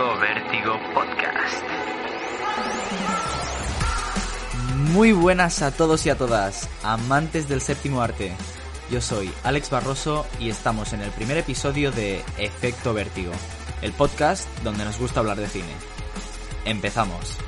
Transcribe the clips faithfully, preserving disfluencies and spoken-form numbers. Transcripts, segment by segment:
Efecto Vértigo Podcast. Muy buenas a todos y a todas, amantes del séptimo arte. Yo soy Alex Barroso y estamos en el primer episodio de Efecto Vértigo, el podcast donde nos gusta hablar de cine. Empezamos.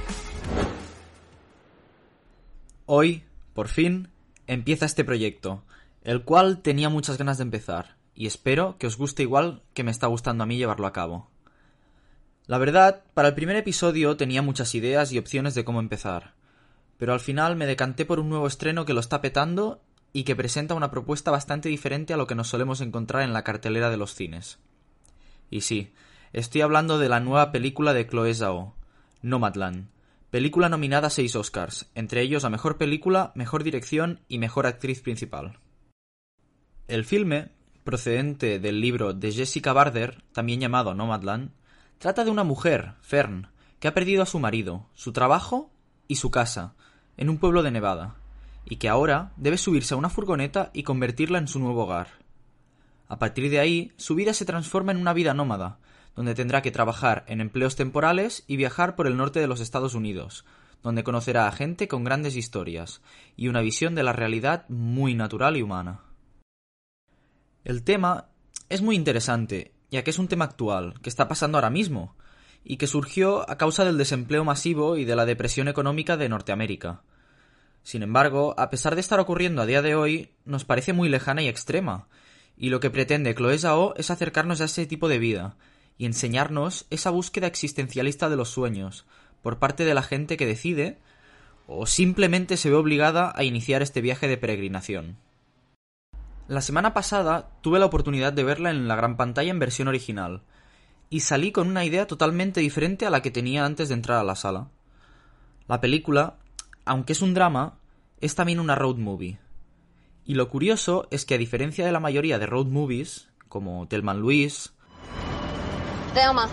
Hoy, por fin, empieza este proyecto, el cual tenía muchas ganas de empezar, y espero que os guste igual que me está gustando a mí llevarlo a cabo. La verdad, para el primer episodio tenía muchas ideas y opciones de cómo empezar, pero al final me decanté por un nuevo estreno que lo está petando y que presenta una propuesta bastante diferente a lo que nos solemos encontrar en la cartelera de los cines. Y sí, estoy hablando de la nueva película de Chloé Zhao, Nomadland, película nominada a seis Oscars, entre ellos a Mejor Película, Mejor Dirección y Mejor Actriz Principal. El filme, procedente del libro de Jessica Barder, también llamado Nomadland, trata de una mujer, Fern, que ha perdido a su marido, su trabajo y su casa, en un pueblo de Nevada, y que ahora debe subirse a una furgoneta y convertirla en su nuevo hogar. A partir de ahí, su vida se transforma en una vida nómada, donde tendrá que trabajar en empleos temporales y viajar por el norte de los Estados Unidos, donde conocerá a gente con grandes historias y una visión de la realidad muy natural y humana. El tema es muy interesante, ya que es un tema actual, que está pasando ahora mismo, y que surgió a causa del desempleo masivo y de la depresión económica de Norteamérica. Sin embargo, a pesar de estar ocurriendo a día de hoy, nos parece muy lejana y extrema, y lo que pretende Chloé Zhao es acercarnos a ese tipo de vida, y enseñarnos esa búsqueda existencialista de los sueños, por parte de la gente que decide, o simplemente se ve obligada a iniciar este viaje de peregrinación. La semana pasada tuve la oportunidad de verla en la gran pantalla en versión original, y salí con una idea totalmente diferente a la que tenía antes de entrar a la sala. La película, aunque es un drama, es también una road movie. Y lo curioso es que a diferencia de la mayoría de road movies, como Thelma and Louise... Thelma,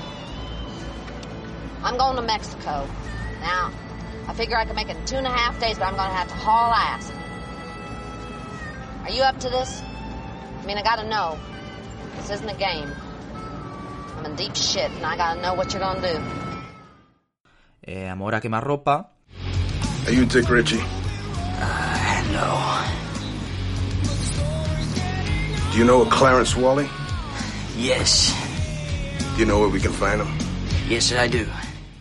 I'm going to Mexico. Now, I figure I can make it in two and a half days, but I'm going to have to haul ass. Are you up to this? I mean, I gotta know. This isn't a game. I'm in deep shit, and I gotta know what you're gonna do. Eh, Amor a quemarropa. Are you Dick Ritchie? Uh, no. Do you know a Clarence Wally? Yes. Do you know where we can find him? Yes, I do.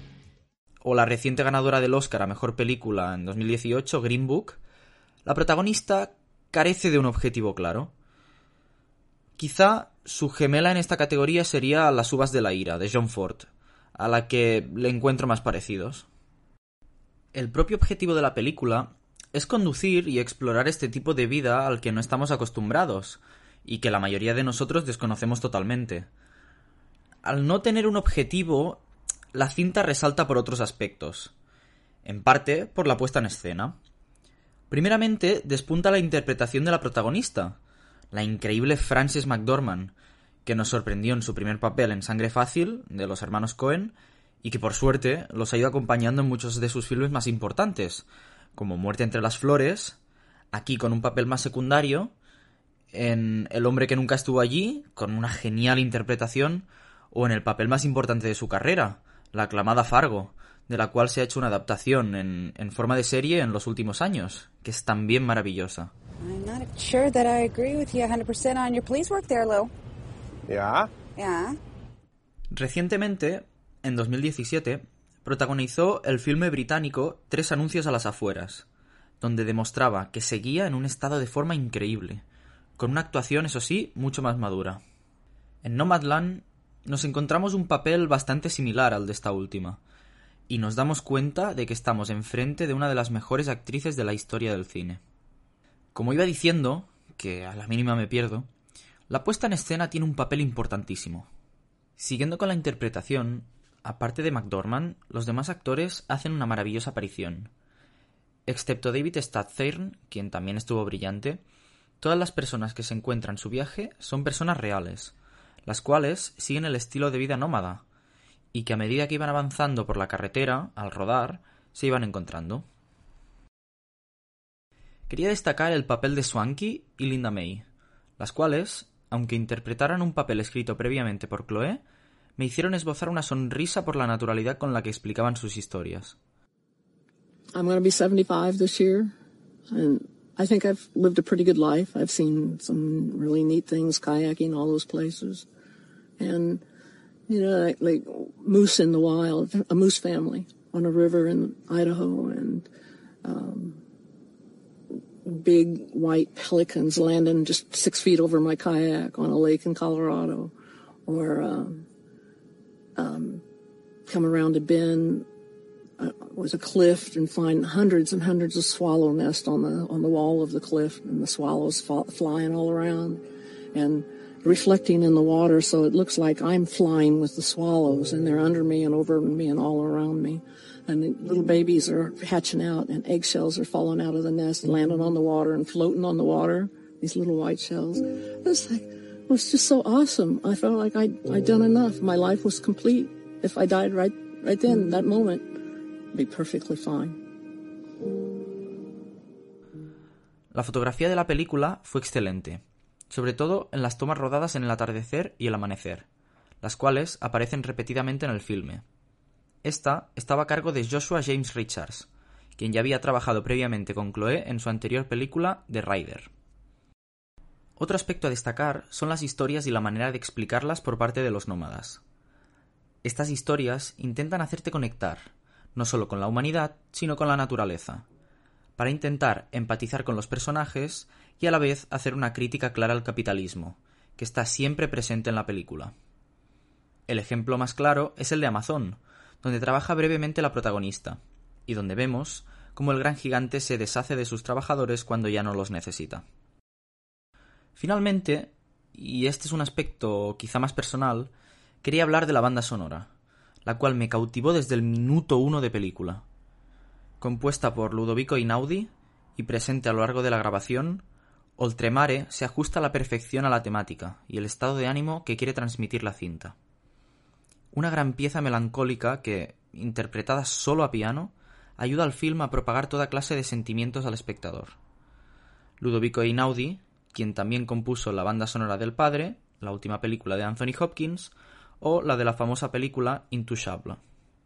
O la reciente ganadora del Oscar a Mejor Película en dos mil dieciocho, Green Book. La protagonista carece de un objetivo claro. Quizá su gemela en esta categoría sería Las uvas de la ira, de John Ford, a la que le encuentro más parecidos. El propio objetivo de la película es conducir y explorar este tipo de vida al que no estamos acostumbrados, y que la mayoría de nosotros desconocemos totalmente. Al no tener un objetivo, la cinta resalta por otros aspectos, en parte por la puesta en escena. Primeramente, despunta la interpretación de la protagonista, la increíble Frances McDormand, que nos sorprendió en su primer papel en Sangre Fácil, de los hermanos Coen, y que por suerte los ha ido acompañando en muchos de sus filmes más importantes, como Muerte entre las flores, aquí con un papel más secundario, en El hombre que nunca estuvo allí, con una genial interpretación, o en el papel más importante de su carrera, la aclamada Fargo, de la cual se ha hecho una adaptación en, en forma de serie en los últimos años, que es también maravillosa. I'm not sure that I agree with you one hundred percent on your police work there, Lou. Yeah? Yeah. Recientemente, en dos mil diecisiete, protagonizó el filme británico Tres anuncios a las afueras, donde demostraba que seguía en un estado de forma increíble, con una actuación, eso sí, mucho más madura. En Nomadland nos encontramos un papel bastante similar al de esta última, y nos damos cuenta de que estamos enfrente de una de las mejores actrices de la historia del cine. Como iba diciendo, que a la mínima me pierdo, la puesta en escena tiene un papel importantísimo. Siguiendo con la interpretación, aparte de McDormand, los demás actores hacen una maravillosa aparición. Excepto David Strathairn, quien también estuvo brillante, todas las personas que se encuentran en su viaje son personas reales, las cuales siguen el estilo de vida nómada, y que a medida que iban avanzando por la carretera, al rodar, se iban encontrando. Quería destacar el papel de Swanky y Linda May, las cuales, aunque interpretaran un papel escrito previamente por Chloé, me hicieron esbozar una sonrisa por la naturalidad con la que explicaban sus historias. I'm going to be seventy-five this year, and I think I've lived a pretty good life. I've seen some really neat things, kayaking, all those places. And, you know, like, like moose in the wild, a moose family on a river in Idaho, and um, big white pelicans landing just six feet over my kayak on a lake in Colorado, or um, um, come around a bend. Uh, was a cliff and find hundreds and hundreds of swallow nests on the on the wall of the cliff, and the swallows fall, flying all around and reflecting in the water, so it looks like I'm flying with the swallows, and they're under me and over me and all around me. And the little babies are hatching out, and eggshells are falling out of the nest and landing on the water and floating on the water, these little white shells. It was like, it was just so awesome. I felt like I'd, I'd done enough. My life was complete. If I died right right then, that moment, be perfectly fine. La fotografía de la película fue excelente, sobre todo en las tomas rodadas en el atardecer y el amanecer, las cuales aparecen repetidamente en el filme. Esta estaba a cargo de Joshua James Richards, quien ya había trabajado previamente con Chloe en su anterior película The Rider. Otro aspecto a destacar son las historias y la manera de explicarlas por parte de los nómadas. Estas historias intentan hacerte conectar, no solo con la humanidad, sino con la naturaleza, para intentar empatizar con los personajes y a la vez hacer una crítica clara al capitalismo, que está siempre presente en la película. El ejemplo más claro es el de Amazon, donde trabaja brevemente la protagonista, y donde vemos cómo el gran gigante se deshace de sus trabajadores cuando ya no los necesita. Finalmente, y este es un aspecto quizá más personal, quería hablar de la banda sonora, la cual me cautivó desde el minuto uno de película. Compuesta por Ludovico Einaudi y presente a lo largo de la grabación, Oltremare se ajusta a la perfección a la temática y el estado de ánimo que quiere transmitir la cinta. Una gran pieza melancólica que, interpretada solo a piano, ayuda al film a propagar toda clase de sentimientos al espectador. Ludovico Einaudi, quien también compuso la banda sonora del Padre, la última película de Anthony Hopkins, o la de la famosa película Intouchable.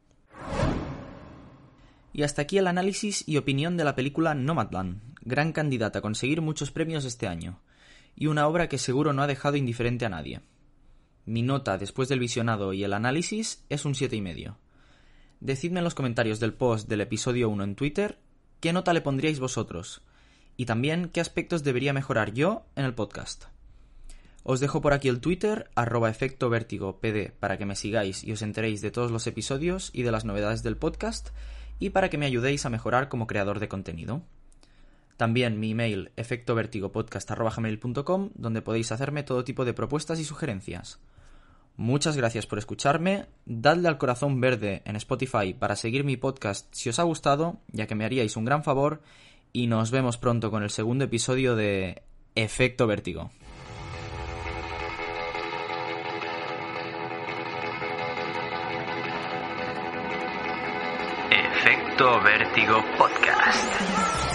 Y hasta aquí el análisis y opinión de la película Nomadland, gran candidata a conseguir muchos premios este año, y una obra que seguro no ha dejado indiferente a nadie. Mi nota después del visionado y el análisis es un siete y medio. Decidme en los comentarios del post del episodio uno en Twitter qué nota le pondríais vosotros, y también qué aspectos debería mejorar yo en el podcast. Os dejo por aquí el Twitter, arroba efecto vértigo pd, para que me sigáis y os enteréis de todos los episodios y de las novedades del podcast, y para que me ayudéis a mejorar como creador de contenido. También mi email, efectovertigopodcast arroba gmail punto com, donde podéis hacerme todo tipo de propuestas y sugerencias. Muchas gracias por escucharme, dadle al corazón verde en Spotify para seguir mi podcast si os ha gustado, ya que me haríais un gran favor, y nos vemos pronto con el segundo episodio de Efecto Vértigo. Efecto Vértigo Podcast.